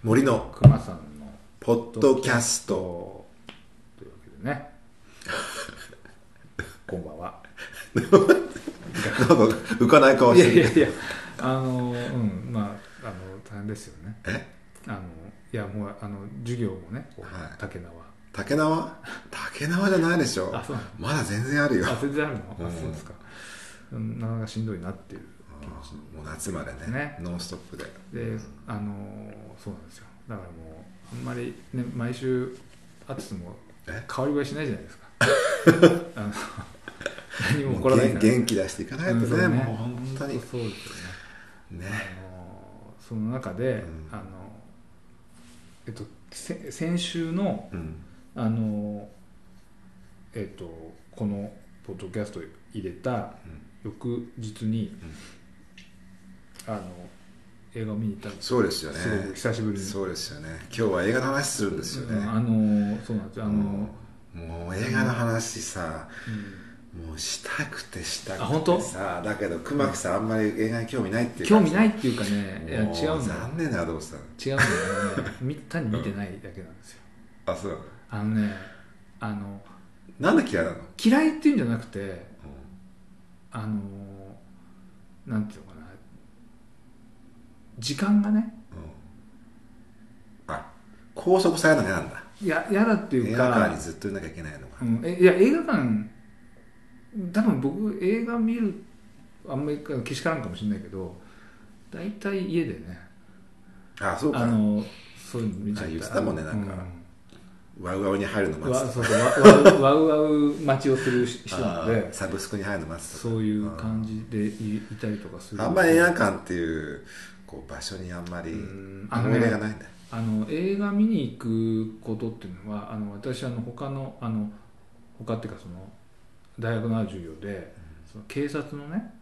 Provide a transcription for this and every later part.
森のくまさんのポッドキャストというわけでねこんばんは。 なんか浮かない顔してる。 いやまあ大変ですよね。いやもう授業もね、 はい、 竹縄じゃないでしょ。 そうなの。 まだ全然あるよ。 全然あるの。そうですか。なかなかしんどいなっていう気持ちに。 もう夏まで ねノンストップで。 でそうなんですよ。だからもうあんまりね毎週会ってても変わり映えしないじゃないですか。何も起こらないから。 元気出していかないとね、もう本当にそうですよね。その中で、先週の、このポッドキャスト入れた翌日に、映画を見に行ったんです。 そうですよね。 すごく久しぶりに。 そうですよね。今日は映画の話するんですよね。 そうなんですよ。 もう映画の話さ、もうしたくてさ、だけど熊木さんあんまり映画に興味ないっていうか、 興味ないっていうかね、いや違うんだよ。 残念などうしたの。 違うんだよね。単に見てないだけなんですよ。 そうなんで嫌いなの？ 嫌いっていうんじゃなくて、なんていうのかな、時間がね、 拘束されるの嫌なんだ。 いや嫌だっていうか、 映画館にずっといなきゃいけないのか。 いや映画館、多分僕映画見るあんまりけしからんかもしれないけど、大体家でね、 そうか、 そういうの見ちゃった。 言ってたもんね、なんか、ワウワウに入るの待つとか、 ワウワウ待ちをする人なので、 サブスクに入るの待つとか、 そういう感じでいたりとかする。 あんまり映画館っていう場所にあんまり思い出がないんだ。 映画見に行くことっていうのは、私他っていうか、その大学のある授業で、その警察のね、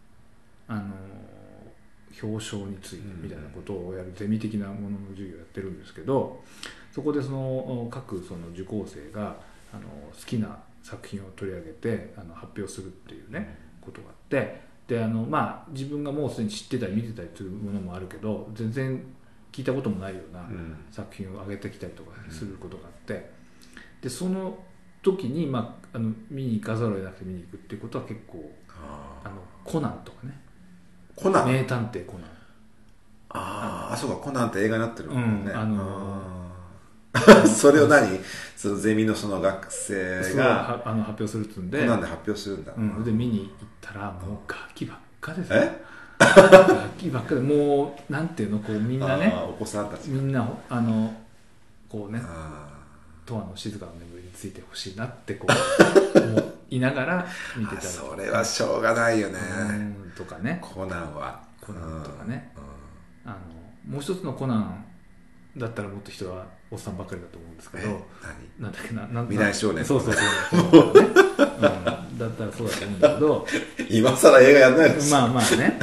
表彰についてみたいなことをやるゼミ的なものの授業をやってるんですけど、そこで各その受講生が好きな作品を取り上げて発表するっていうねことがあって、で自分がもうすでに知ってたり見てたりするものもあるけど、全然聞いたこともないような作品を上げてきたりとかすることがあって、でその時に、見に行かざるを得なくて見に行くっていうことは結構、コナンとかね、名探偵コナン、 そうか、コナンって映画になってるもんね。それをそのゼミのその学生が発表するっつうんで、 コナンで発表するんだ。 で見に行ったらもうガキばっかですね。ガキばっかで、もうなんていうの、こうみんなね、 お子さんたちみんなこうね、永遠の静かな眠りについてほしいなってこう思いながら見てたら、 それはしょうがないよね。 とかね、 コナンとかね、もう一つのコナンだったらもっと人はおっさんばっかりだと思うんですけど、なんだっけな、 未来少年、 そうだったらそうだと思うんだけど、 今更映画やんないです。 まあね、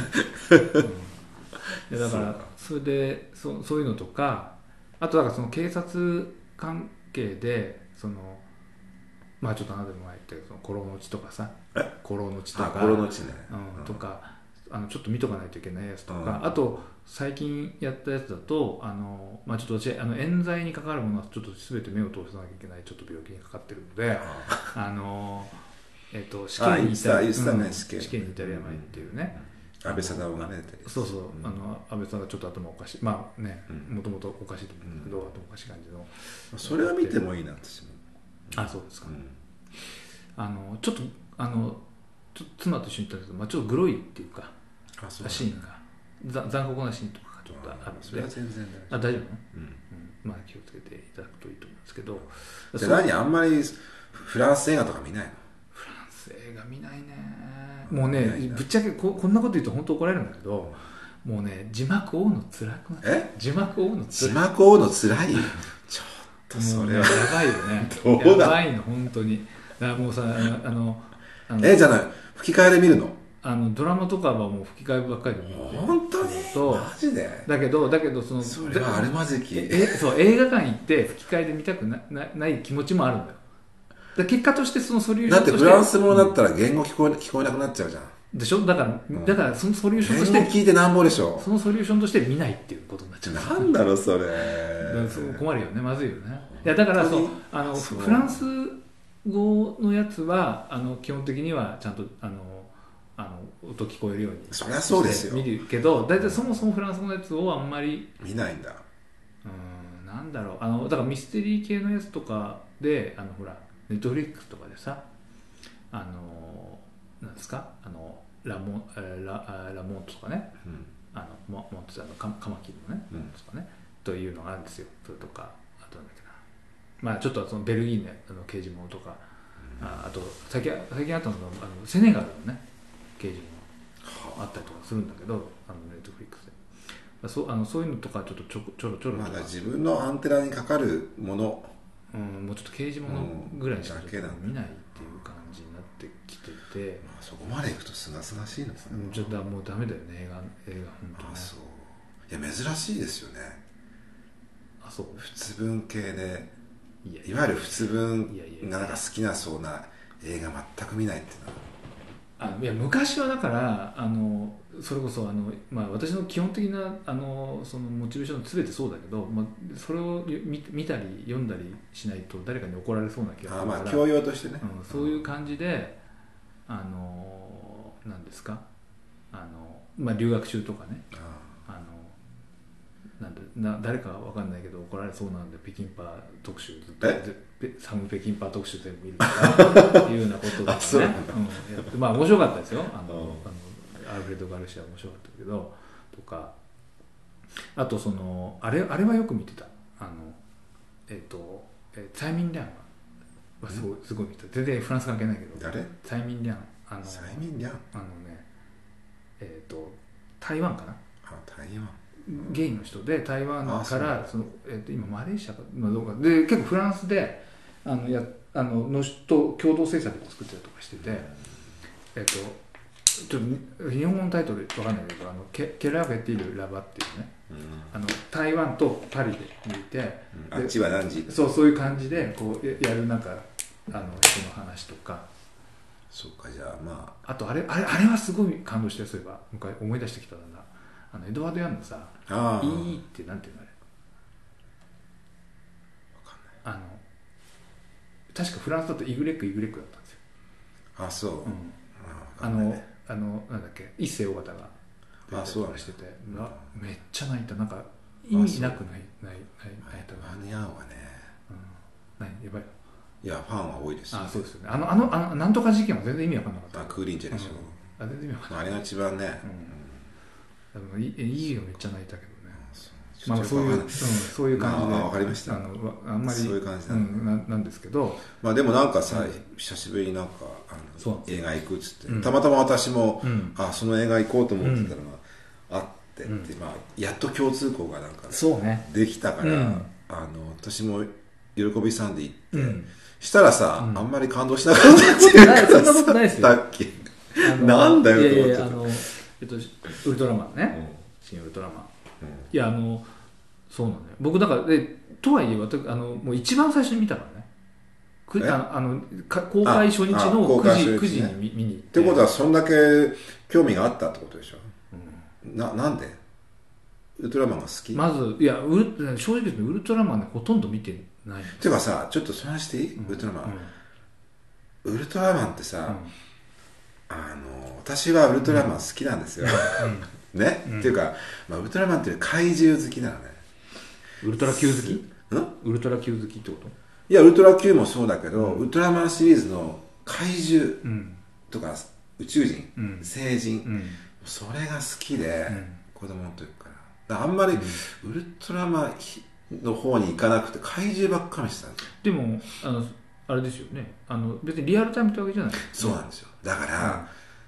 だからそれでそういうのとか、あとだからその警察関係でちょっとあなたの前言ってそのコロのちとかさ、コロのちとか、とかちょっと見とかないといけないやつとか、あと最近やったやつだとちょっと私冤罪に関わるものはちょっと全て目を通さなきゃいけないちょっと病気にかかってるので、試験に至る病っていうね、 安倍貞夫がね、 そう安倍さんがちょっと頭おかしい、もともとおかしいと思うんですけど、頭おかしい感じの、 それは見てもいいな、私も。 そうですか。ちょっと妻と一緒に行ったんですけど、ちょっとグロいっていうか、シーンが残酷なシーンとかがちょっとあるので、 それは全然大丈夫ね。気をつけていただくといいと思うんですけど。 じゃああんまりフランス映画とか見ないの？ フランス映画見ないね。もうね、ぶっちゃけこんなこと言うと本当怒られるんだけど、もうね、字幕追うの辛くない？字幕追うの辛い。 字幕追うの辛い？ちょっとそれはやばいよね。 どうだ？ やばいの本当に。だからもうさ、 じゃない、吹き替えで見るの？ ドラマとかはもう吹き替えばっかりで見る。 本当に？マジで？ だけどそれはあるまじき。 そう映画館行って吹き替えで見たくない気持ちもあるんだよ。結果としてそのソリューションとして、 だってフランス語だったら言語聞こえなくなっちゃうじゃん。 でしょ。だからそのソリューションとして英語聞いてなんぼでしょ。 そのソリューションとして見ないっていうことになっちゃう。 なんだろうそれ。 そう困るよね、まずいよね。いやだからフランス語のやつは基本的にはちゃんと音聞こえるようにそりゃそうですよ見るけど、大体そもそもフランス語のやつをあんまり見ないんだ。 なんだろう、だからミステリー系のやつとかでほらネットフリックスとかでさなんですかラモントとかね、モントカマキリのね、とかねというのがあるんですよ。それとかあとなんだっけな、まあちょっとそのベルギーの刑事物とか、あと最近あったのがセネガルのね刑事物あったりとかするんだけど、ネットフリックスでそういうのとかちょっとちょろとか、 自分のアンテナにかかるもの、 もうちょっと刑事物ぐらいしか見ないっていう感じになってきてて、 そこまでいくとすがすがしいのかな。 ちょっともうダメだよね、映画本当ね。 そういや珍しいですよね。 そう仏文系でいわゆる仏文がなんか好きなそうな映画全く見ないっていうのは。 いや昔はだからそれこそ私の基本的なそのモチベーション全てそうだけど、それを見たり読んだりしないと誰かに怒られそうな気がするから、 教養としてね、 そういう感じで何ですか留学中とかね、誰かわかんないけど怒られそうなんで北京パー特集ずっとサム北京パー特集全部見るとかいうようなことだからね、面白かったですよ。アルフレッド・ガルシア面白かったけどとか、あとあれはよく見てたツァイミン・リャンはすごい見てた。全然フランス関係ないけど、 誰？ ツァイミン・リャンツァイミン・リャン台湾かな、 台湾ゲイの人で台湾から今マレーシアかどうかで結構フランスでの人共同制作で作ってたりとかしてて、ちょっと日本語のタイトルわかんないけどケラフェティル・ラバっていうね、台湾とパリで見て、 あっちは何時、 そういう感じでこうやるなんか人の話とか。 そうか、じゃああとあれはすごい感動して、そういえば昔思い出してきたんだ。エドワード・ヤンのさ「いい」ってなんていうのあれ、わかんない。確かフランスだとイグレックだったんですよ。そう、なんだっけ、一世尾形が出てしてて、めっちゃ泣いた。なんか意味なく泣いた。 ヤンはね、 やばい。 いやファンは多いですよ。 そうですよね。なんとか事件は全然意味わかんなかった。 クーリンチェでしょ。 全然意味わかんない。 あれが一番ね、 いいよ、めっちゃ泣いたけどね。そういう感じで、 わかりました。 あんまりそういう感じなんですけど、 でもなんかさ、久しぶりになんか映画行くっつって、たまたま私もその映画行こうと思ってたのがあってって、やっと共通項がなんかできたから、私も喜びさんで行ってしたらさ、あんまり感動しなかったっていうか、 そんなことないですよ。 なんだよと思って。 ウルトラマンね、新ウルトラマン。いやそうなんだよ。僕だからとはいえもう一番最初に見たからね。公開初日の9時に見に行って。 ってことはそんだけ興味があったってことでしょ。なんでウルトラマンが好き？ まず正直言うとウルトラマンねほとんど見てない。 ていうかさ、ちょっとその話していい？ウルトラマン。ウルトラマンってさ、私はウルトラマン好きなんですよ。ね、っていうか、ウルトラマンっていう怪獣好きなのね。 ウルトラ Q 好き？ウルトラ Q 好きってこと？ いや、ウルトラ Q もそうだけど、ウルトラマンシリーズの怪獣とか宇宙人、星人、それが好きで、子供の時から。あんまりウルトラマンの方に行かなくて怪獣ばっかりしてたんですよ。 でもあれですよね、別にリアルタイムってわけじゃない。 そうなんですよ。だから、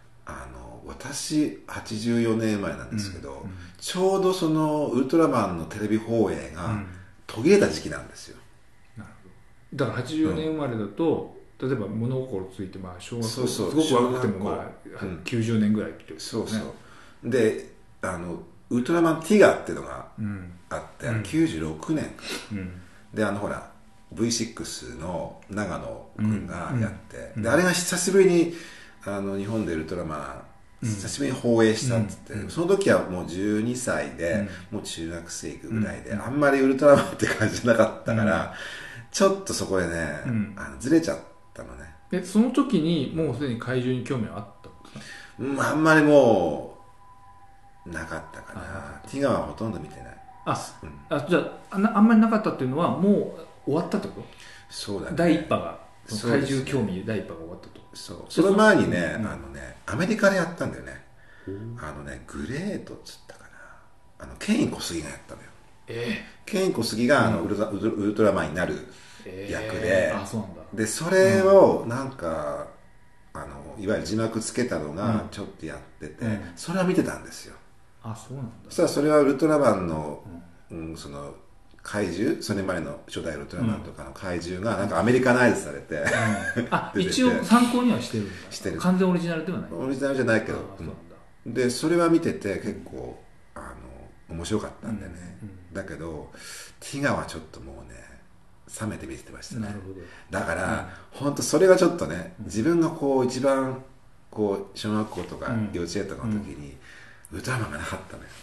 私84年生まれなんですけど、ちょうどそのウルトラマンのテレビ放映が途切れた時期なんですよ。 なるほど。だから84年生まれだと、例えば物心ついて小学校、すごく若くても90年ぐらいってことですね。 そうでウルトラマンティガっていうのがあって、96年でほら V6 の長野君がやって、であれが久しぶりに日本でウルトラマ久しぶりに放映したっつって、その時はもう12歳で、もう中学生行くぐらいで、あんまりウルトラマンって感じじゃなかったから、ちょっとそこでね、ずれちゃったのね。 その時にもうすでに怪獣に興味はあったんですか？ あんまりもうなかったかな。ティガはほとんど見てない。 じゃああんまりなかったっていうのはもう終わったってこと？ そうだね。 第一波が怪獣興味第一波が終わったと。 その前にね、アメリカでやったんだよね。グレートっつったかな。ケイン小杉がやったのよ。ケイン小杉がウルトラマンになる役で、でそれをなんかいわゆる字幕つけたのがちょっとやってて、それは見てたんですよ。 そうなんだ。 そしたらそれはウルトラマンの、その怪獣、それまでの初代ウルトラマンとかの怪獣がなんかアメリカナイズされて、 一応参考にはしてるんだ。 してる。 完全オリジナルではない。 オリジナルじゃないけど、でそれは見てて結構面白かったんだよね。だけどティガはちょっともうね冷めて見てましたね。 なるほど。 だから本当それがちょっとね、自分がこう一番こう小学校とか幼稚園とかの時にウルトラマンがなかったのよ。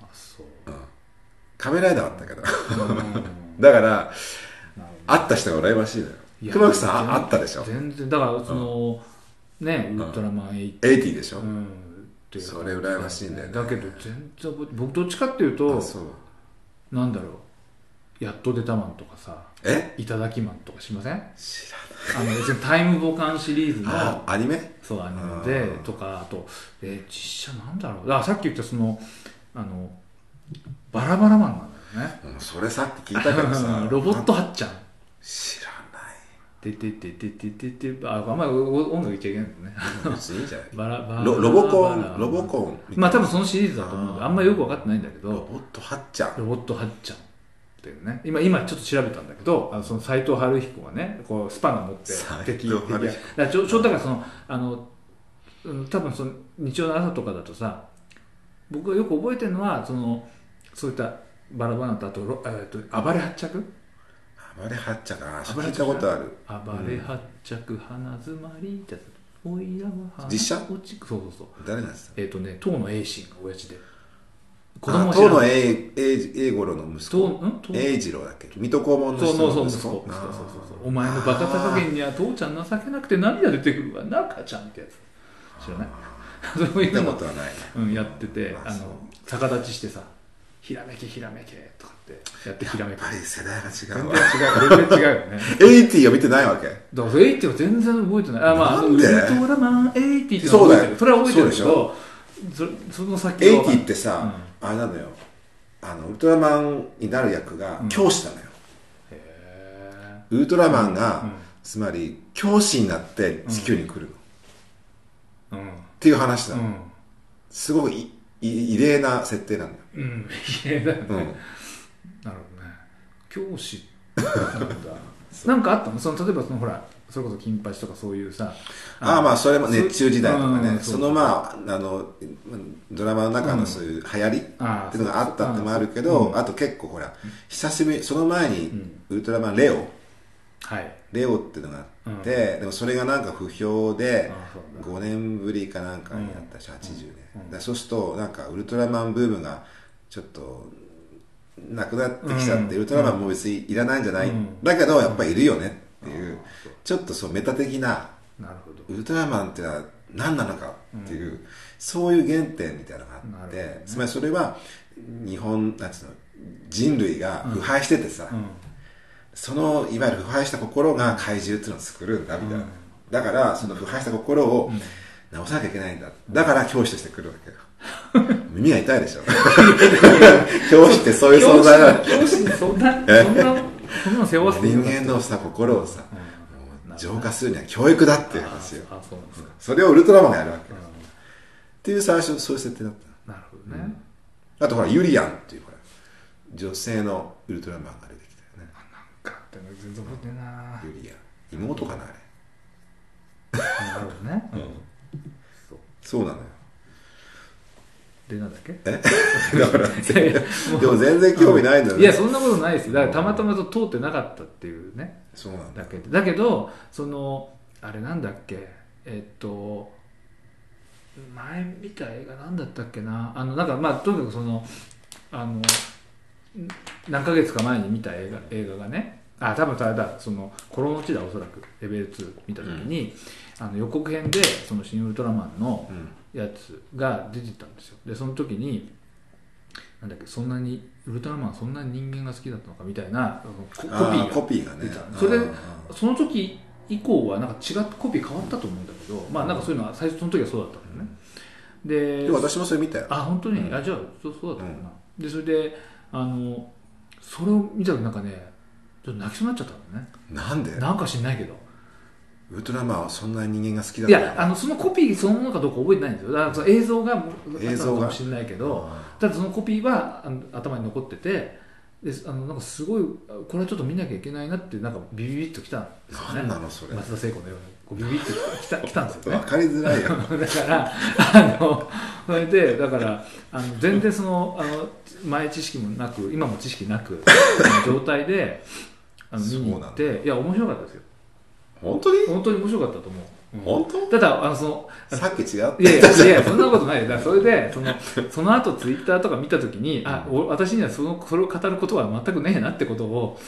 仮面ライダーあったけどだから会った人が羨ましいのよ。熊木さんあったでしょ。 全然だからそのねウルトラマン 80でしょ。それ羨ましいんだよね。 だけど全然僕どっちかっていうとなんだろう、やっと出たマンとかさ、いただきマンとかしません？ 知らない。 別にタイムボカンシリーズのアニメ？ そうアニメでとか、あと実写なんだろう、さっき言ったそのバラバラマンなんだよね。 それさっき聞いたけどさロボットはっちゃん知らない。 あんまり音楽言っちゃいけないんですね。 別にいいんじゃない。 ロボコンまあ多分そのシリーズだと思うのであんまりよく分かってないんだけど、 ロボットはっちゃんっていうね、今ちょっと調べたんだけど、その斎藤晴彦がねこうスパナ持って敵だからちょうどだからその多分その日曜の朝とかだとさ、僕がよく覚えてるのはそういったバラバラとあと暴れ発着暴れ発着聞いたことある。 暴れ発着花詰まりってやつ。おいらは実写？ そう誰なんですか？ 遠野栄心が親父で。 遠野栄五郎の息子。栄次郎だっけ？水戸黄門の人の息子。 お前のバカさ加減には父ちゃん情けなくて涙出てくるわな母ちゃんってやつ。知らない？そういうのやってて逆立ちしてさ、ひらめけとかってやってひらめく。 やっぱり世代が違うわ。 全然違うよね。 80は見てないわけ。 だから80は全然覚えてない。 なんで？ ウルトラマン80っていうのは覚えてる。それは覚えてるけど、その先は 80ってさ、あれなのよ。ウルトラマンになる役が教師なのよ。ウルトラマンがつまり教師になって地球に来るの。っていう話なの。すごく異例な設定なんだよ。 異例だよね。なるほどね。教師なんだ。なんかあったの？例えばほらそれこそ金八とかそういうさ、 それも熱中時代とかね、そのドラマの中のそういう流行りっていうのがあったってのもあるけど、あと結構ほら久しぶり、その前にウルトラマンレオっていうのがあって、でもそれがなんか不評で5年ぶりかなんかになったし、80年。そうするとなんかウルトラマンブームがちょっとなくなってきちゃって、ウルトラマンも別にいらないんじゃない、だけどやっぱりいるよねっていう、ちょっとそうメタ的なウルトラマンってのは何なのかっていう、そういう原点みたいなのがあって、つまりそれは日本なんつうの人類が腐敗しててさ、そのいわゆる腐敗した心が怪獣っていうのを作るんだみたいな、だからその腐敗した心を直さなきゃいけないんだ、だから教師として来るわけよ。耳が痛いでしょ。教師ってそういう存在なの。 教師にそんなの背負わせて人間のさ心をさ浄化するには教育だっていう話よ。それをウルトラマンがやるわけよ。っていう最初そういう設定だった。 なるほどね。 あとほらユリアンっていうほら女性のウルトラマンが出てきたよね。 なんかって全然覚えてないな。 ユリアン妹かなあれ。なるほどね。 そうなのよ。 でなんだっけ？ だからでも全然興味ないんだよね。 いやそんなことないですよ。だからたまたまと通ってなかったっていうね。 そうなんだ。 だけどあれなんだっけ前見た映画なんだったっけな、なんかまあとにかくその何ヶ月か前に見た映画がね、多分あれだ、そのコロの地だ、おそらくレベル2見た時に、予告編でその新ウルトラマンのやつが出てたんですよ。でその時になんだっけ、そんなにウルトラマンそんなに人間が好きだったのかみたいなコピーがね、 それその時以降はなんか違ったコピー変わったと思うんだけど、まあなんかそういうのは最初その時はそうだったんだよね。で私もそれ見たよ。 本当に、じゃあそうだったかな。でそれでそれを見たらなんかね、ちょっと泣きそうになっちゃったのね。 なんで？ なんか知んないけど、 ウルトラマンはそんなに人間が好きだったの？ いやそのコピーそのものかどうか覚えてないんですよ。だからその映像があったのかもしれないけど、ただそのコピーは頭に残ってて、でなんかすごいこれはちょっと見なきゃいけないなってなんかビビビッときたんですよね。 何なのそれ？ 松田聖子のようにこうビビッときたんですよね。 分かりづらいよだからそれでだから全然その前知識もなく今も知識なく状態で見に行って、いや面白かったですよ。 本当に面白かったと思う。 本当？ たださっき違う。 いやそんなことない。だからそれでその後ツイッターとか見たときに私にはそれを語ることは全くねえなってことを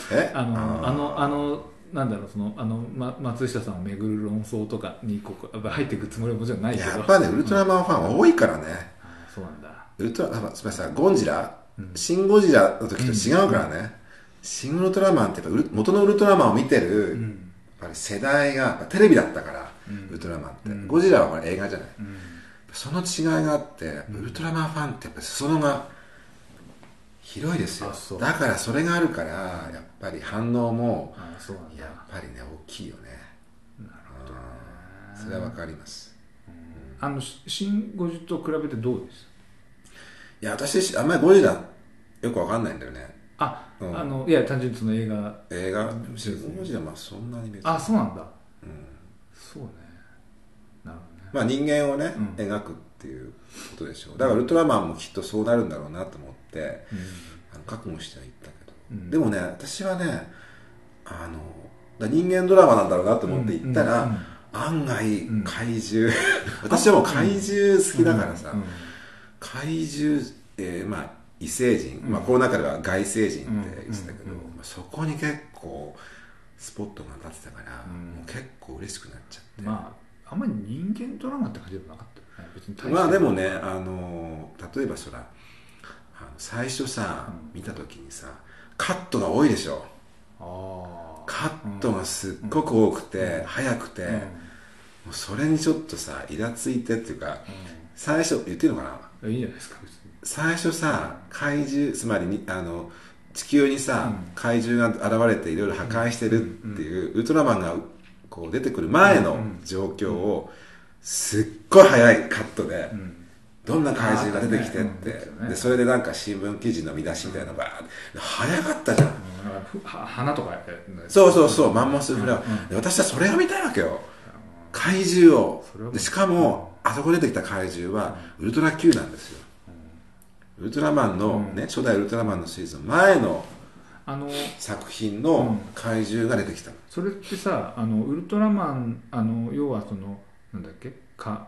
なんだろう、松下さんを巡る論争とかに入っていくつもりはもちろんないけど、 やっぱねウルトラマンファン多いからね。 そうなんだ。 ウルトラマンさゴンジラ、シン・ゴジラの時と違うからね。シン・ウルトラマンってやっぱ元のウルトラマンを見てる、やっぱり世代がテレビだったから、ウルトラマンって、ゴジラはこれ映画じゃない、その違いがあって、ウルトラマンファンってやっぱり裾野が広いですよ。だからそれがあるからやっぱり反応もやっぱりね大きいよね。 なるほどね。 それはわかります。 シン・ゴジと比べてどうです？ いや私あんまりゴジラよくわかんないんだよね。 いや単純にその映画シン・ゴジラそんなに別にそうなんだ。そうね。なるほどね。 人間をね、描くっていうことでしょう。だからウルトラマンもきっとそうなるんだろうなと思って、覚悟してはいったけど、でもね私はね人間ドラマなんだろうなと思って行ったら、案外怪獣、私はもう怪獣好きだからさ、怪獣、異星人、この中では外星人って言ってたけど、そこに結構スポットが立ってたから、もう結構嬉しくなっちゃって、 あんまり人間ドラマって感じでもなかったよね。別にでもね例えば最初さ、見た時にさカットが多いでしょ。カットがすっごく多くて、早くて、もうそれにちょっとさイラついてっていうか、最初言ってるのかな、 いいんじゃないですか。 最初さ怪獣、つまりに地球にさ、怪獣が現れていろいろ破壊してるっていう、ウルトラマンがこう出てくる前の状況をすっごい早いカットで、どんな怪獣が出てきてって、でそれでなんか新聞記事の見出しみたいなのが早かったじゃん。 花とかそうマンモスフラワー、私はそれが見たいわけよ、怪獣を。でしかもあそこ出てきた怪獣はウルトラ Q なんですよ。ウルトラマンのね、初代ウルトラマンのシーズン前の作品の怪獣が出てきたの。 それってさウルトラマン要はそのなんだっけ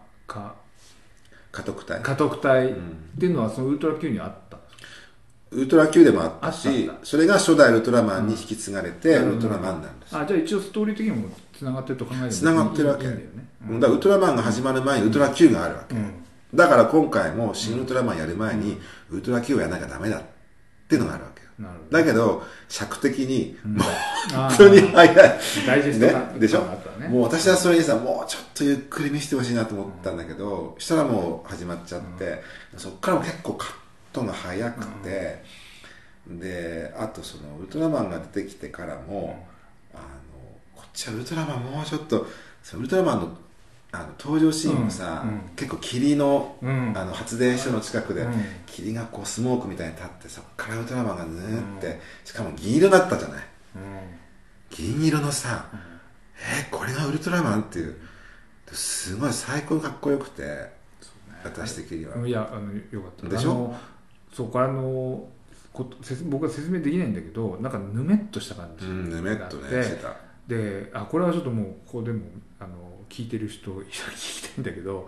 家督隊っていうのはそのウルトラ Q にあったんですか？ ウルトラ Q でもあったし、それが初代ウルトラマンに引き継がれてウルトラマンなんです。 じゃあ一応ストーリー的にもつながってると考えるつながってるわけだよね。だからウルトラマンが始まる前にウルトラ Q があるわけ、だから今回も新ウルトラマンやる前にウルトラ Q をやらなきゃダメだっていうのがあるわけよ。だけど尺的にもう本当に早い大事でしょ。もう私はそれにさもうちょっとゆっくり見せてほしいなと思ったんだけど、したらもう始まっちゃって、そっからも結構カットが早くて、であとそのウルトラマンが出てきてからもこっちはウルトラマンもうちょっとウルトラマンの登場シーンもさ、結構霧の、発電所の近くで、霧がこうスモークみたいに立って、そっからウルトラマンがぬーって、しかも銀色だったじゃない、銀色のさ、これがウルトラマンっていう、すごい最高にかっこよくて、私的には。 いやよかったでしょ。 そうこれ僕は説明できないんだけど、なんかぬめっとした感じぬめっとねしてた。 でこれはちょっともうここでも聞いてる人聞きたいんだけど、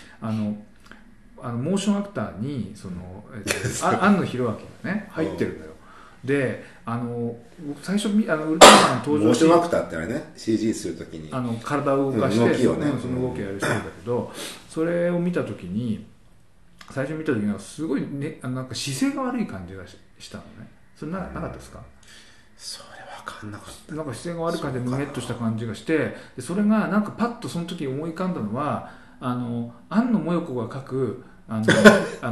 モーションアクターに庵野秀明がね入ってるのよ。で最初ウルトラマン登場モーションアクターってあれね CG するときに体を動かして、 動きをね、 その動きをやる人なんだけど、それを見たときに最初見たときにはすごい、ね、なんか姿勢が悪い感じがしたのね。それなかったですか？ それ分かんなかった。 なんか姿勢が悪い感じでむげっとした感じがして、でそれがなんかパッとその時思い浮かんだのは庵野もよこが描く庵野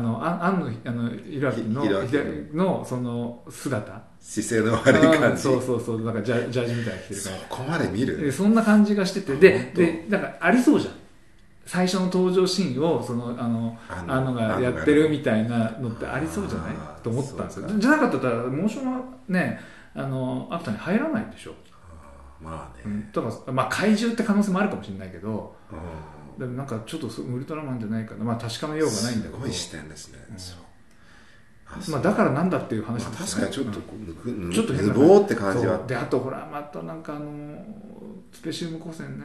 弘明のその姿、 姿勢の悪い感じ、 そうなんかジャージみたいな着てるから、 そこまで見る、 そんな感じがしてて、でなんかありそうじゃん、最初の登場シーンを庵野がやってるみたいなのってありそうじゃないと思ったんですよ。じゃなかったらモーションはねアクターに入らないでしょ。 まあね、 だからまあ怪獣って可能性もあるかもしれないけど、でもなんかちょっとウルトラマンじゃないかな、まあ確かめようがないんだけど、 すごい視点ですね。 まあだからなんだっていう話ですね。確かにちょっとちょっと無謀って感じは。 であとほらまたなんかスペシウム光線ね。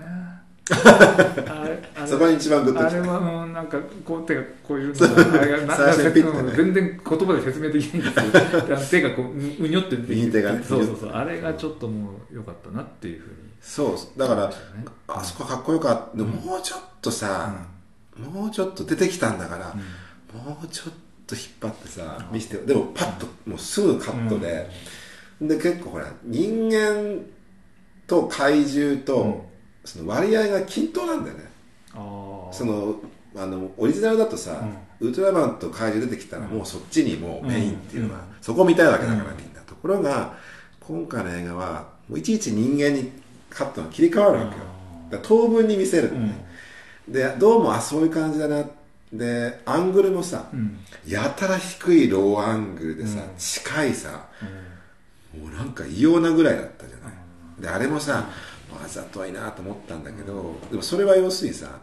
そこに一番グッときた。 あれはなんかこう手がこういうのが全然言葉で説明できないんですけど、手がこううにょって右手がね、 そうあれがちょっともう良かったなっていうふうに。 そうだからあそこかっこよかった。もうちょっとさ、もうちょっと出てきたんだから、もうちょっと引っ張ってさ見せて、でもパッともうすぐカットで、で結構ほら人間と怪獣とその割合が均等なんだよね。そのオリジナルだとさ、ウルトラマンと怪獣出てきたらもうそっちにもうメインっていうのは、そこ見たいわけだからみんな。ところが今回の映画はもういちいち人間にカットが切り替わるわけよ。だから当分に見せるのね。でどうもそういう感じだな。でアングルもさ、やたら低いローアングルでさ、近いさ、もうなんか異様なぐらいだったじゃない。であれもさ、わざといなと思ったんだけど、でもそれは要するにさ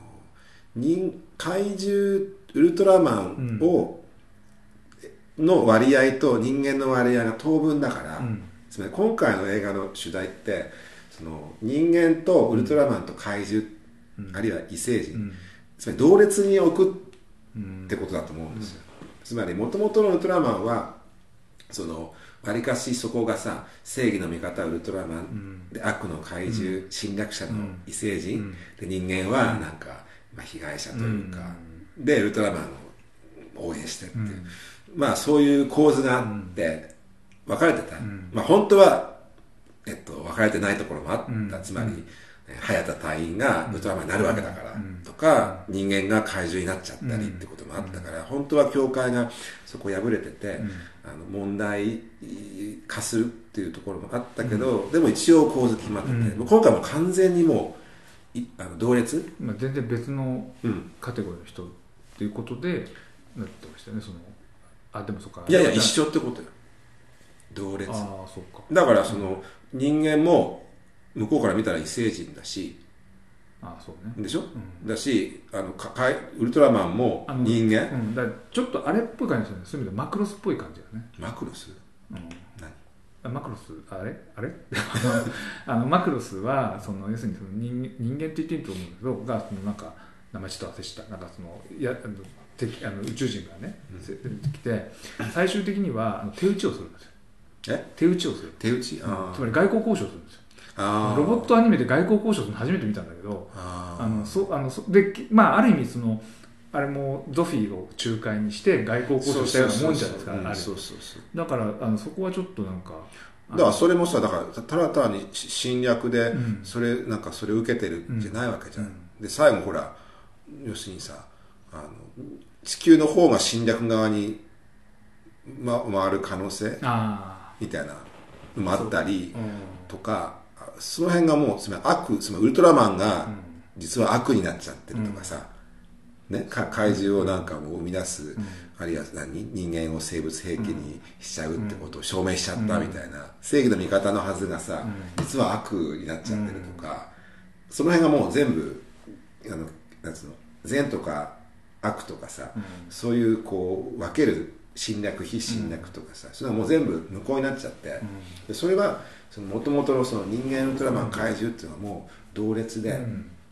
怪獣ウルトラマンの割合と人間の割合が等分だから、つまり今回の映画の主題ってその人間とウルトラマンと怪獣、あるいは異星人、つまり同列に置くってことだと思うんですよ。つまり元々のウルトラマンはそのわりかしそこがさ、正義の味方ウルトラマン、で悪の怪獣、侵略者の異星人、で人間はなんか、被害者というか、でウルトラマンを応援してっていう、まあそういう構図があって分かれてた、まあ本当は、分かれてないところもあった、つまり早田隊員がウルトラマンになるわけだからとか、人間が怪獣になっちゃったりってこともあったから、本当は教会がそこ破れてて、問題化するっていうところもあったけど、でも一応構図決まってて、今回も完全にもう同列、 全然別のカテゴリーの人っていうことでなってましたよね。でもそっか、 いや一緒ってことよ、同列。 そうか。 だからその人間も向こうから見たら異星人だし、 そうね。 でしょ、だしウルトラマンも人間、 だちょっとあれっぽい感じですよね。そういう意味でマクロスっぽい感じだよね。 マクロス、 何マクロスあれマクロスはその要するにその人間って言っていいと思うんだけどが、そのなんか名前ちょっと忘れした、なんかその宇宙人がね、出てきて最終的には手打ちをするんですよ。手打ちをする。 手打ち、 つまり外交交渉するんですよ。ロボットアニメで外交交渉するの初めて見たんだけど、でまあある意味そのあれもゾフィーを仲介にして外交交渉したようなもんじゃないですか。だからそこはちょっとなんか、 だからそれもさ、だからただ単に侵略でそれなんかそれを受けてるんじゃないわけじゃん。で最後ほら要するにさ、地球の方が侵略側に回る可能性みたいなのもあったりとか、その辺がもうつまりウルトラマンが実は悪になっちゃってるとかさ、怪獣をなんかもう生み出す、あるいは人間を生物兵器にしちゃうってことを証明しちゃったみたいな、正義の味方のはずがさ、実は悪になっちゃってるとか、その辺がもう全部なんつうの、善とか悪とかさ、そういうこう分ける侵略非侵略とかさ、それはもう全部無効になっちゃって、でそれはもともとのその人間ウルトラマン怪獣っていうのはもう同列で、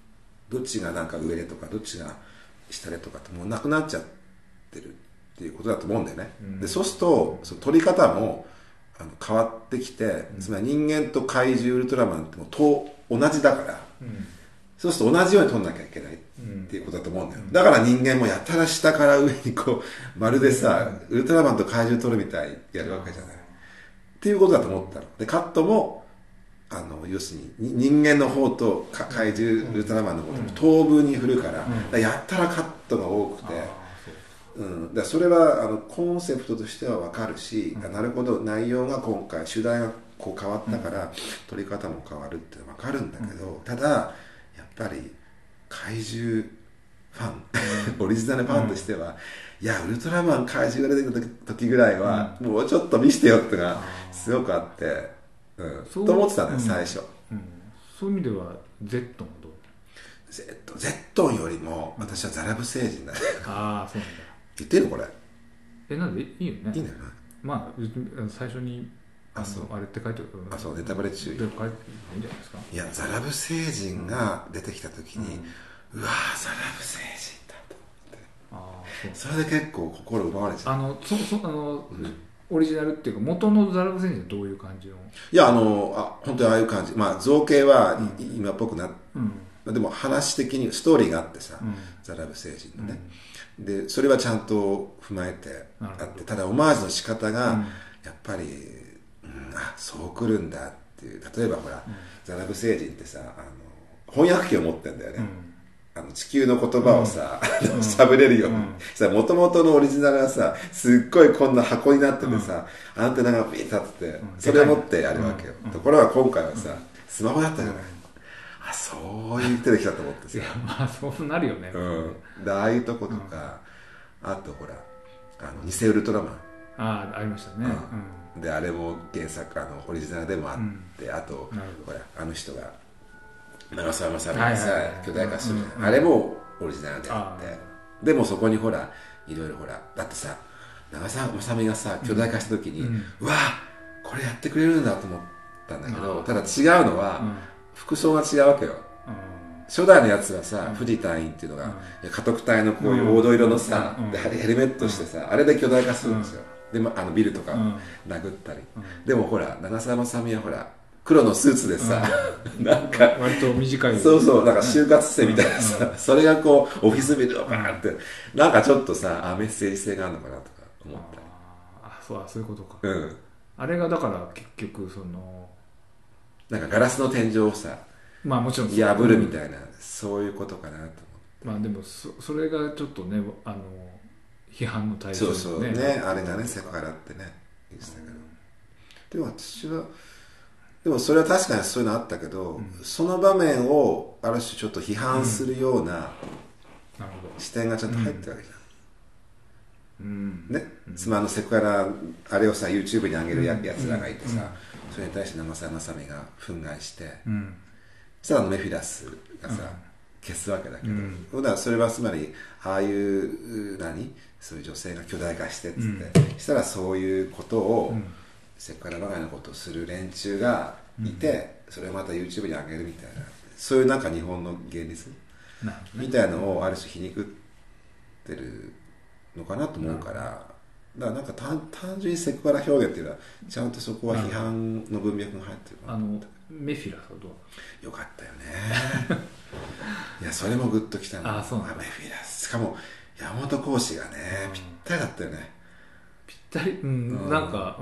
どっちがなんか上でとかどっちが下でとかってもうなくなっちゃってるっていうことだと思うんだよね、でそうするとその撮り方も変わってきて、つまり人間と怪獣ウルトラマンってもう同じだから、そうすると同じように撮んなきゃいけないっていうことだと思うんだよ、だから人間もやたら下から上にこうまるでさ、ウルトラマンと怪獣撮るみたいやるわけじゃないっていうことだと思ったので、カットも要するに人間の方と怪獣ウルトラマンの方と等分に振るから、やったらカットが多くて、だそれはコンセプトとしては分かるし、なるほど内容が今回主題がこう変わったから、撮り方も変わるって分かるんだけど、ただやっぱり怪獣ファンオリジナルファンとしては、いやウルトラマン怪獣が出てくる時ぐらいは、もうちょっと見せてよってのがすごくあって、と思ってたんだよ最初、 そういう意味ではゼットもどう？ ゼットンよりも私はザラブ星人だね。 ああそうなんだ。 言ってるのこれ？ なんでいいよね。 いいんだよね。 まあ最初にあれって書いてる。 そうネタバレ注意。いいんじゃないですか。 いやザラブ星人が出てきた時に、うわーザラブ星人だと思って。それで結構心奪われちゃう。 オリジナルっていうか元のザラブ星人はどういう感じの？ いや本当にああいう感じ。まあ造形は今っぽくなって。でも話的にストーリーがあってさ、ザラブ星人のね、でそれはちゃんと踏まえてあって、ただオマージュの仕方がやっぱり、そうくるんだっていう。例えばほら、ザラブ星人ってさ翻訳機を持ってんだよね、地球の言葉をさ喋れるように、もともとのオリジナルはさすっごいこんな箱になっててさ、アンテナがピーッ立ってて、それを持ってやるわけよ、ところが今回はさスマホだったじゃない、そういう出てきたと思ってさ、 いやまあそうなるよね、 でああいうとことか、あとほら偽ウルトラマンありましたね、 であれも原作オリジナルでもあって、あとほらあの人が長澤まさみがさ巨大化するじゃん、あれもオリジナルであって、でもそこにほらいろいろほらだってさ長澤まさみがさ巨大化した時に、うわこれやってくれるんだと思ったんだけど、ただ違うのは、服装が違うわけよ、初代のやつはさ、藤隊員っていうのが家督隊のこういう黄土色のさ、でヘルメットしてさ、あれで巨大化するんですよ、でビルとか殴ったり、でもほら長澤まさみはほら黒のスーツでさ、なんか割と短い、 そうなんか就活生みたいなさ、それがこうオフィスビルをバーンって、なんかちょっとさメッセージ性があるのかなとか思ったそういうことか、あれがだから結局そのなんかガラスの天井をさ、 まあもちろん破るみたいな、そういうことかなと思って。 まあでもそれがちょっとね批判の対象そうね、あれがねセクハラってね言ってたけど、でも私はでもそれは確かにそういうのあったけど、その場面をある種ちょっと批判するような視点がちょっと入ってるわけじゃん、ね、つまりセクハラあれをさ YouTube に上げるやつらがいてさ、それに対して長澤まさみが憤慨して、そしたらメフィラスがさ、消すわけだけど、だからそれはつまりああいうそういう女性が巨大化してっつって、したらそういうことを、セクハラまがいのことをする連中がいて、それをまた YouTube に上げるみたいな、そういうなんか日本の現実みたいのをある種皮肉ってるのかなと思うから、だからなんか単純にセクハラ表現っていうのはちゃんとそこは批判の文脈が入ってるかなと思った。 メフィラスはどう？ よかったよねいやそれもグッときたの。 そうなんだ。 メフィラス、しかも山本浩二がね、ぴったりだったよね。 ぴったり、なんか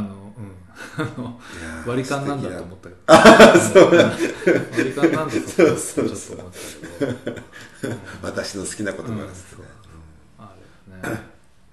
割り勘なんだと思ったけど、そう割り勘なんだとちょっと思ったけど私の好きな言葉ですね。 あれね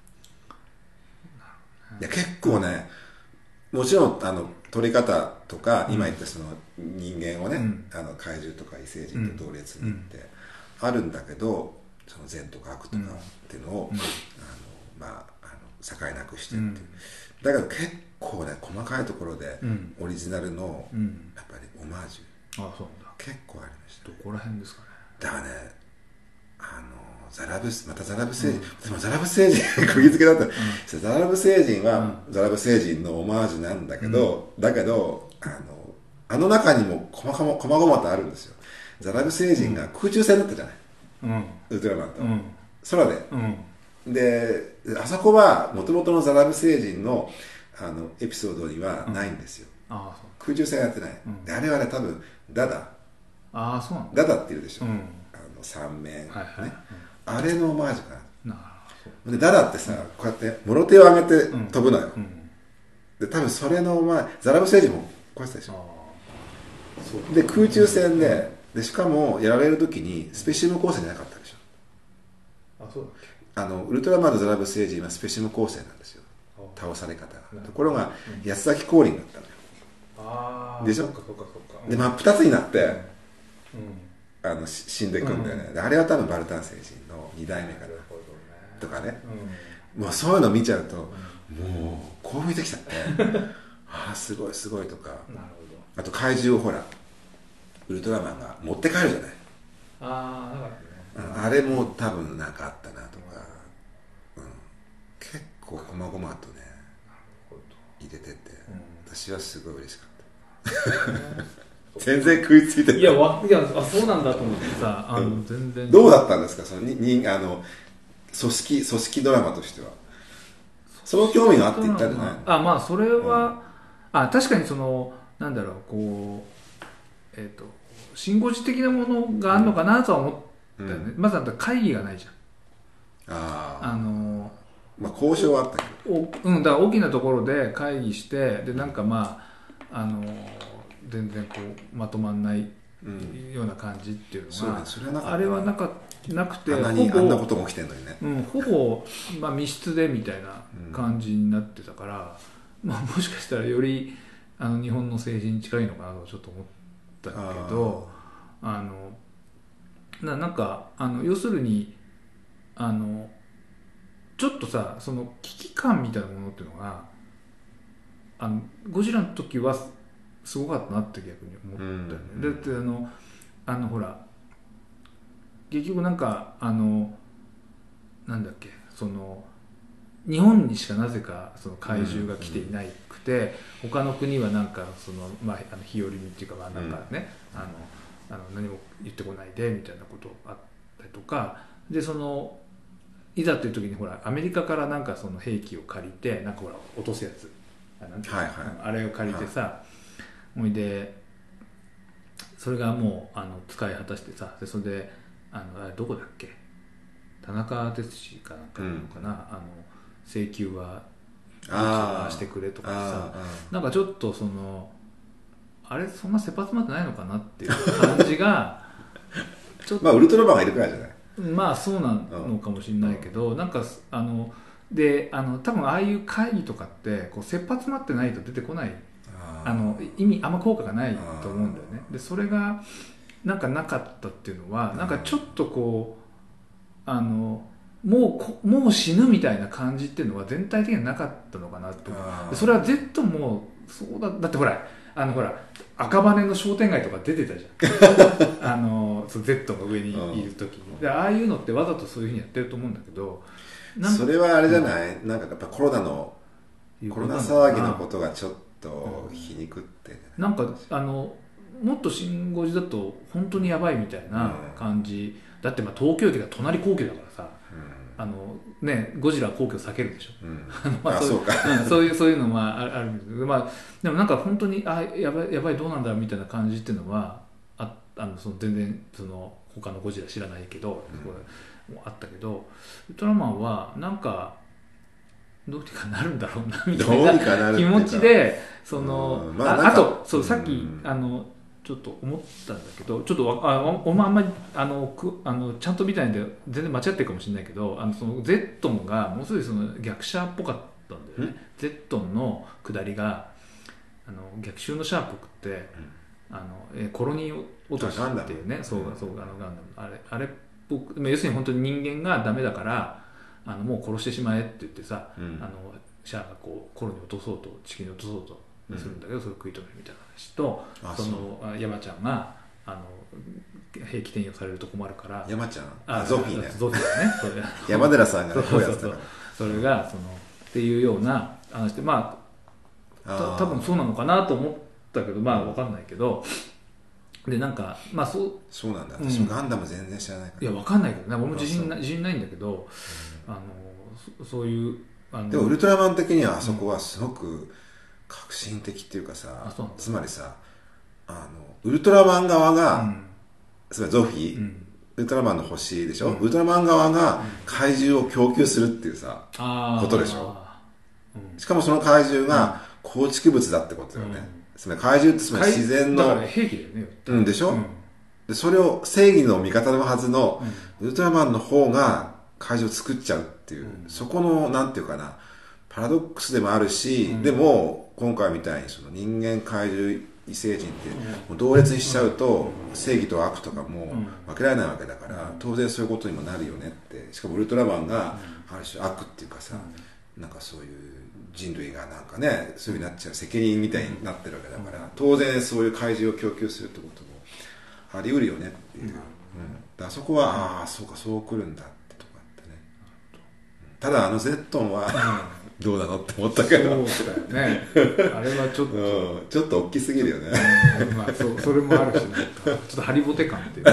いや結構ね、もちろん撮り方とか、今言ったその人間をね、怪獣とか異星人と同列にってあるんだけど、その善とか悪とかっていうのを、境なくしてっていう、だけど結構ね細かいところでオリジナルのやっぱりオマージュ結構ありました。 どこら辺ですかね。 だからねザラブ星人、でもザラブ星人釘付けだった、ザラブ星人はザラブ星人のオマージュなんだけど、だけどあの中にも細々とあるんですよ。 ザラブ星人が空中戦だったじゃない、うん、ウルトラマンと、うん、空で、うん、であそこはもともとのザラブ星人のエピソードにはないんですよ、うん、空中戦やってない、うん、であれはね多分ダダダダって言うでしょ、うん、三面、はいはいね、うん、あれのオマージュかな。でダダってさ、こうやってもろ手を上げて飛ぶのよ、で多分それのザラブ星人もこうやってたでしょ。で空中戦でしかもやられる時にスペシウム光線じゃなかったでしょ。あ、そうだっけ。ウルトラマンとザラブ星人はスペシウム光線なんですよ、倒され方が。ところが八つ咲き降臨だったのよ。あでしょ。で真っ二つになって、死んでいくんだよね、あれは多分バルタン星人の2代目かなとかね、もうそういうの見ちゃうと、もう興奮してきちゃってああすごいすごいとか。なるほど。あと怪獣をほらウルトラマンが持って帰るじゃない。ああ、だからね、あれも多分なんかあったなとか、結構こまごまとね入れてて、私はすごい嬉しかった全然食いついてる。 いやそうなんだと思ってさ、全然どうだったんですか、その組織ドラマとしては。その興味があって言ったんじゃないの。 まあそれは、確かになんだろう、こうシン・ゴジ的なものがあるのかなとは思ったよね、まず会議がないじゃん。 交渉はあったけど、だから大きなところで会議してでなんか全然こうまとまんないような感じっていうのが、あれはなくて、 あんなことも起きてんのにね、 ほぼ、密室でみたいな感じになってたから、もしかしたらより日本の政治に近いのかなとちょっと思ったけど、なんか要するにちょっとさ、その危機感みたいなものっていうのがゴジラの時はすごかったなって逆に思ったよね、だってほら結局なんかなんだっけ、日本にしかなぜかその怪獣が来ていなくて、他の国はなんか日和見っていうかなんかね、何も言ってこないでみたいなことあったりとかで、いざという時にほらアメリカからなんかその兵器を借りてなんかほら落とすやつ、あれを借りてさ、ほいでそれがもう使い果たしてさ、でそれであれどこだっけ、田中哲司かなんかなのかな、請求はしてくれとかさ、なんかちょっとあれそんな切羽詰まってないのかなっていう感じがちょっとウルトラマンがいるくらいじゃない。 そうなのかもしれないけど、なんかで多分ああいう会議とかってこう切羽詰まってないと出てこない、意味あんま効果がないと思うんだよね。でそれがなんかなかったっていうのは、なんかちょっとこうもう死ぬみたいな感じっていうのは全体的にはなかったのかなと。それは Z もそうだってほら赤羽の商店街とか出てたじゃんZ が上にいる時に、でああいうのってわざとそういうふうにやってると思うんだけど、 それはあれじゃない、なんかやっぱコロナ騒ぎのことがちょっと皮肉って、 なんかもっとシン・ゴジだと本当にやばいみたいな感じ、だって東京駅が隣皇居だからさ、ゴジラは皇居を避けるでしょ、そういうのはあるんですけど、でもなんか本当にやばいどうなんだろうみたいな感じっていうのは全然他のゴジラ知らないけど、あったけど、ウルトラマンはなんかどうにかなるんだろうなみたいな気持ちで、あとさっきちょっと思ったんだけど、ちょっとあんまりちゃんと見たいんで全然間違ってるかもしれないけど、ゼットンがもうすぐ逆者っぽかったんだよね。ゼットンの下りが逆襲のシャープってコロニー落としっていうね、そうガンダムあれっぽく、要するに本当に人間がダメだからもう殺してしまえって言ってさ、シャアがこうコロニー落とそうと地球に落とそうとするんだけど、それを食い止めるみたいな話と、山ちゃんが兵器転用されると困るから、 山ちゃんゾフィーね、 ゾフィーね山寺さんがこうやってたそれがっていうような話で、多分そうなのかなと思ったけど分かんないけど、 でなんかまあそうなんだ、私もガンダム全然知らないから、 いやわかんないけどね、俺も自信ないんだけど、そういうでもウルトラマン的にはあそこはすごく革新的っていうかさ、つまりさウルトラマン側が、つまりゾフィー、ウルトラマンの星でしょ、ウルトラマン側が怪獣を供給するっていうさ、ことでしょ、しかもその怪獣が構築物だってことよね、つまり怪獣ってつまり自然のだから兵器だよね、 でしょ、でそれを正義の味方のはずのウルトラマンの方が怪獣を作っちゃうっていう、そこのなんていうかなパラドックスでもあるし、でも今回みたいにその人間怪獣異星人ってもう同列にしちゃうと正義と悪とかも分けられないわけだから、当然そういうことにもなるよねって、しかもウルトラマンがある種悪っていうかさ、なんかそういう人類がなんかねそういう風になっちゃう責任みたいになってるわけだから、当然そういう怪獣を供給するってこともあり得るよねっていう、あそこはああそうかそう来るんだってとこあってね、ただゼットンはどうなのって思ったけど、 そうだよねあれはちょっとちょっと大きすぎるよねまあそれもあるし、ね、ちょっとハリボテ感っていう、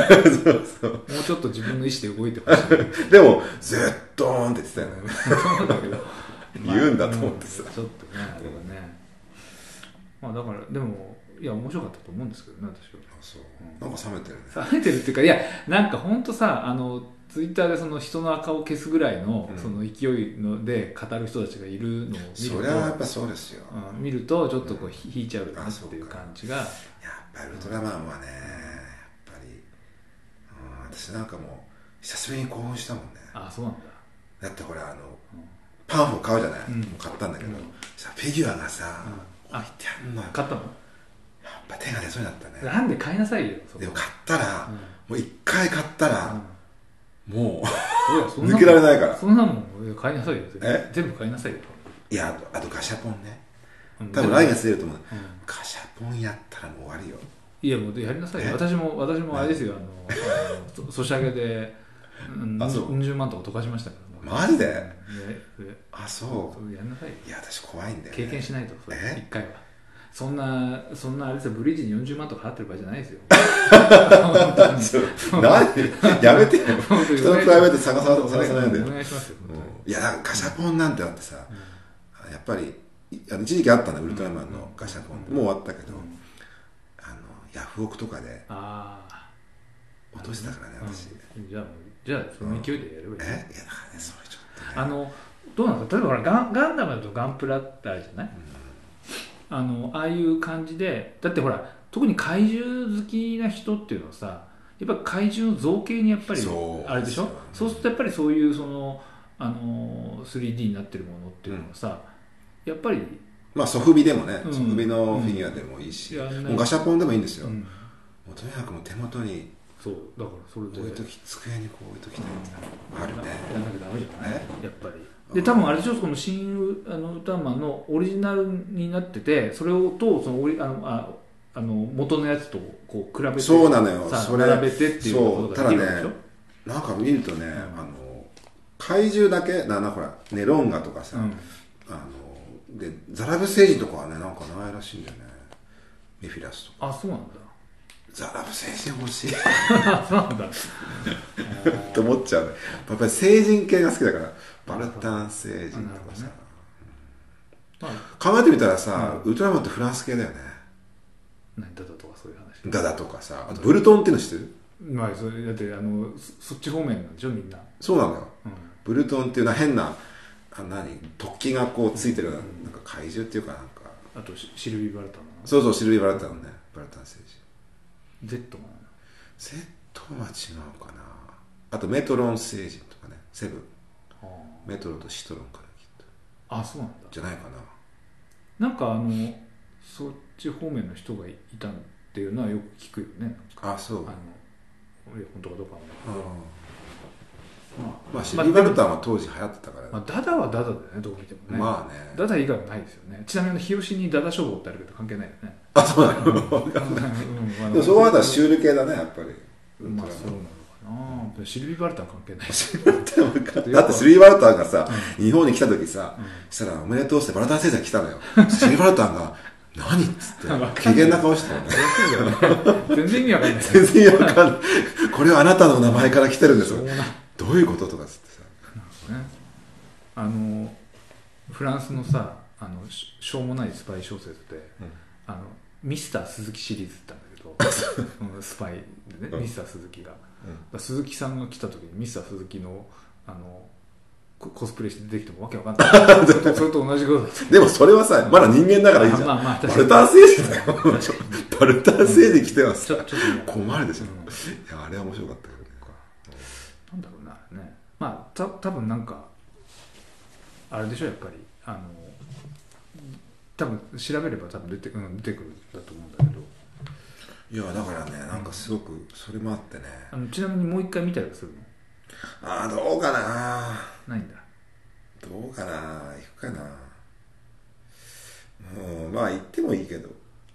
そうもうちょっと自分の意思で動いてほしいでもゼットンって言ってたよねそうだけど言うんだと思ってさ、 ちょっとねあれはね、まあだからでもいや面白かったと思うんですけどね、私は。 そう、なんか冷めてるね。 冷めてるっていうか、いやなんか本当さツイッターでその人の赤を消すぐらいの、その勢いので語る人たちがいるのを見ると、 それはやっぱそうですよ、 見るとちょっとこう引いちゃうなっていう感じが、 やっぱりウルトラマンはね、やっぱり、私なんかもう久しぶりに興奮したもんね。 あ、そうなんだ。 だってほらパンフを買うじゃない、買ったんだけど、さフィギュアがさ、置いてあんのよ。 買ったの？ やっぱ手が出そうになったね。 なんで買いなさいよ。 でも買ったら、もう一回買ったら、もう抜けられないから。 そんなもん買いなさいよ。全部買いなさいよ。 いや、あとガシャポンね、多分来月出ると思う、ガシャポンやったらもう終わりよ。 いやもうやりなさいよ。私もあれですよ、ソシャゲで40万とか溶かしましたから。 マジで？あ、そう。 やんなさいよ。 いや、私怖いんだよ。 経験しないと、一回は。そんなあれですよ、ブリーチに40万とか払ってる場合じゃないですよ。 やめてよ。人のプライベート探さないで。 お願いしますよ。 いや、ガシャポンなんてあってさ、やっぱり一時期あったんだ、ウルトラマンのガシャポン。もう終わったけど、ヤフオクとかで落としたからね、私。 じゃあその勢いでやればいい。いや、だからね、 それちょっとね。 どうなんですか、例えばほらガンダムだとガンプラってあるじゃない、ああいう感じで、だってほら特に怪獣好きな人っていうのはさ、やっぱ怪獣の造形にやっぱりあれでしょ、そうするとやっぱりそういうその3D になってるものっていうのはさ、やっぱりまあソフビでもね、ソフビのフィギュアでもいいし、もうガシャポンでもいいんですよ、もうとにかくもう手元にそうだからそれで置いとき、机にこう置いときたいってあるね。 やんなきゃダメじゃない、やっぱり。で多分あれでしょ、この新ウルトラマンのオリジナルになってて、それとその元のやつとこう比べて、 そうなのよ、 それ並べてっていうことができるでしょ。 ただね、なんか見るとね、怪獣だけほらネロンガとかさ、でザラブ星人とかはね、なんかないらしいんだよね、メフィラスとか。 あ、そうなんだ。 ザラブ星人欲しいそうなんだって思っちゃうね。やっぱり星人系が好きだから、バルタン星人とかさ、考えてみたらさ、ウルトラマンってフランス系だよね。 ダダとかそういう話。 ダダとかさ、あとブルトンっていうの知ってる？ まあそれだってそっち方面なんでしょ、みんな。 そうなんだよ、ブルトンっていうのは変な突起がこうついてるなんか怪獣っていうかなんか、 あとシルビー・バルタンの。 そうそう、シルビー・バルタンのね、バルタン星人。 ゼットマン。 ゼットは違うかな。あとメトロン星人とかね、セブン。メトロとシトロンかな、きっと。 あ、そうなんだ。 じゃないかな。なんかそっち方面の人がいたっていうのはよく聞くよね。 あ、そう。 本当かどうかはね。 まあシルビー・バルタンは当時流行ってたから、ね。 まあダダはダダだよね、どう見てもね。 まあね。 ダダ以外はないですよね。ちなみに日吉にダダ処方ってあるけど関係ないよね。 あ、そうなの。でもそこはまだシュール系だね、やっぱり。 まあそうなのかな。シルビー・バルタン関係ないし。 だってシルビー・バルタンがさ、日本に来た時さ、したらおめでとうってバルタン星人が来たのよ。シルビー・バルタンが何っつって機嫌な顔してたよね。 全然意味わかんない。 全然意味わかんない。これはあなたの名前から来てるんですよ。どういうこととかっつってさ。 ね、フランスのさしょうもないスパイ小説で、ミスター鈴木シリーズって言ったんだけどスパイでね、ミスター鈴木が、鈴木さんが来た時にミスター鈴木のコスプレして出てきてもわけわかんないそれと同じことだ。 でもそれはさまだ人間だからいいじゃん。バルタン星人だよ。バルタン星人来てます。困るでしょ。いやあれは面白かったけどね。 なんだろうなね。まあ多分なんかあれでしょやっぱり多分調べれば多分出てくるんだと思うんだけど。 いやだからねなんかすごくそれもあってね。 ちなみにもう一回見たりするの？ どうかな。 ないんだ。 どうかな。行くかな。まあ行ってもいいけど。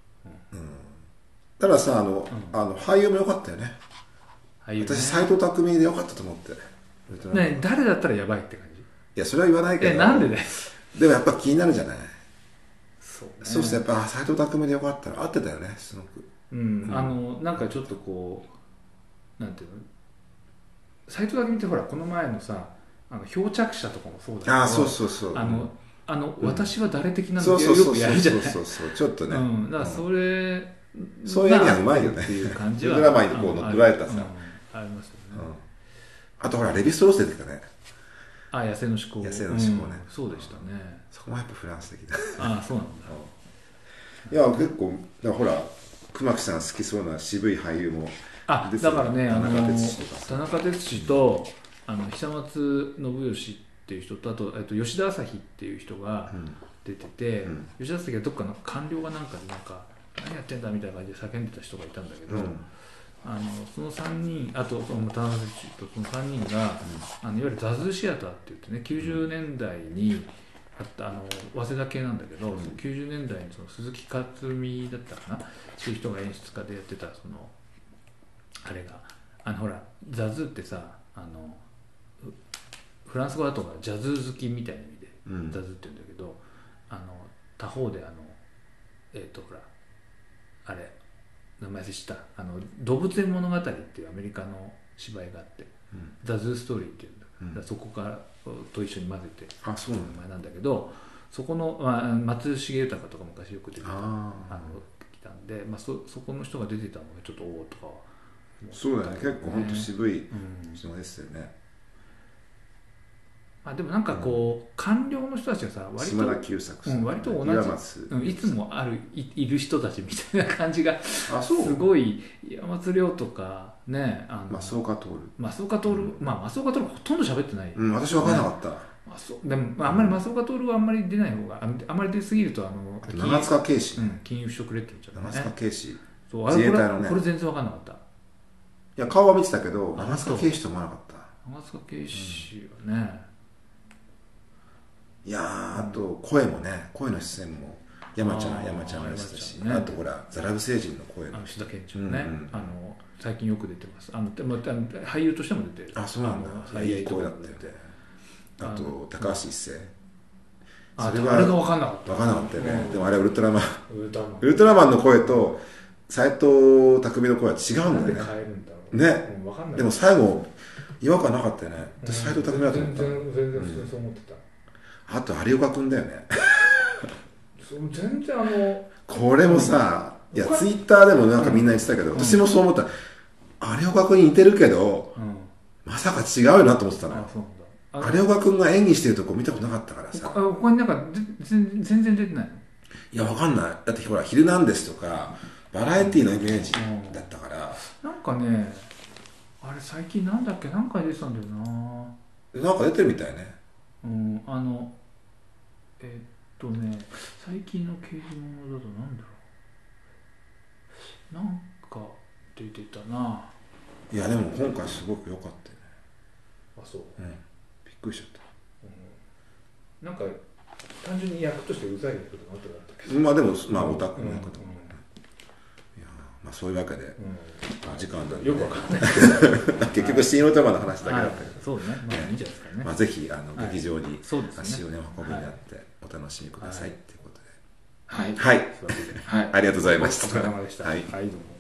たださ俳優も良かったよね。私斎藤工で良かったと思ってね。誰だったらやばいって感じ？ いやそれは言わないけど。 なんでね。 でもやっぱ気になるじゃない。 そうするとやっぱ斎藤工で良かったら合ってたよねすごく。 なんかちょっとこうなんていうの斎藤工ってほらこの前のさ漂着者とかもそうだけどそう私は誰的なのよくやるじゃない。 そうちょっとねだからそういう意味はうまいよねっていう感じはドラマにこう乗っ取られたさありますよね。あとほらレヴィストロース出てきたね。 野生の思考。 野生の思考ね。 そうでしたね。 そこもやっぱフランス的だ。 そうなんだ。 いや結構だからほら熊木さん好きそうな渋い俳優もだからね田中哲司と久松信義っていう人とあと吉田朝日っていう人が出てて、吉田朝日がどっかの官僚がなんかでなんか何やってんだみたいな感じで叫んでた人がいたんだけど、その3人あとその田中哲司とその3人が、いわゆるザズーシアターって言ってね90年代にあった早稲田系なんだけど、90年代にその鈴木克美だったかなそういう人が演出家でやってたそのあれがほらザズーってさフランス語だとジャズ好きみたいな意味で、ザズーって言うんだけど他方でほらあれ名前忘れした動物園物語っていうアメリカの芝居があって、ザズーストーリーっていうんだ、そこからと一緒に混ぜて名前なんだけど、そこの、松重豊とか昔よく出てた来たんで、そこの人が出てたのがちょっととかはそうだね結構本当渋い人ですよね。 でもなんかこう官僚の人たちがさ割と島田久作さん、 割と同じ、いつもいる人たちみたいな感じがすごい山松亮とかね増岡徹増岡徹ほとんど喋ってない、 私分からなかった。 でもあんまり増岡徹はあんまり出ない方があんまり出すぎると長塚圭史金融不足レッテルちゃうね。 長塚圭史自衛隊のねこれ全然分かんなかった。 いや顔は見てたけど長塚圭史と思わなかった。 長塚圭史はねいやあと声もね声の出演も山ちゃんがやってたし、あとほらザラブ星人の声の志田健一ね最近よく出てます。俳優としても出てる。 そうなんだ。いい声だったよね。あと高橋一生あれが分かんなかったよね。でもあれはウルトラマンの声と斎藤工の声は違うんだよね。 変えるんだろうね。でも最後違和感なかったよね。斎藤工だと思った。 全然普通にそう思ってた。 あと有岡君だよね。 全然これもさいやツイッターでもなんかみんな言ってたけど、私もそう思った。有岡君に似てるけど、まさか違うよなと思ってたのよ。有岡君が演技してるとこ見たことなかったからさ。 他になんか全然出てないの？ いやわかんない。だってほら「ヒルナンデス」とかバラエティーのイメージだったから、 なんかねあれ最近なんだっけ何回出てたんだよな。 なんか出てるみたいね。 最近の刑事物だとなんだろうなんか出てたな。 いやでも今回すごく良かったよね。 そう、 びっくりしちゃった。 なんか単純に役としてうざいことがあったけどでもオタクの役だもんね。いやそういうわけで、時間なんで、 よくわかんないけど結局新ウルトラマンの話だけだったけど、 そうねいいんじゃないですかね。 ぜひ劇場に足をねお運びになってお楽しみくださいっていうことで。 はい、はい、ありがとうございました。 お疲れ様でした。 はい、 はい、どうも。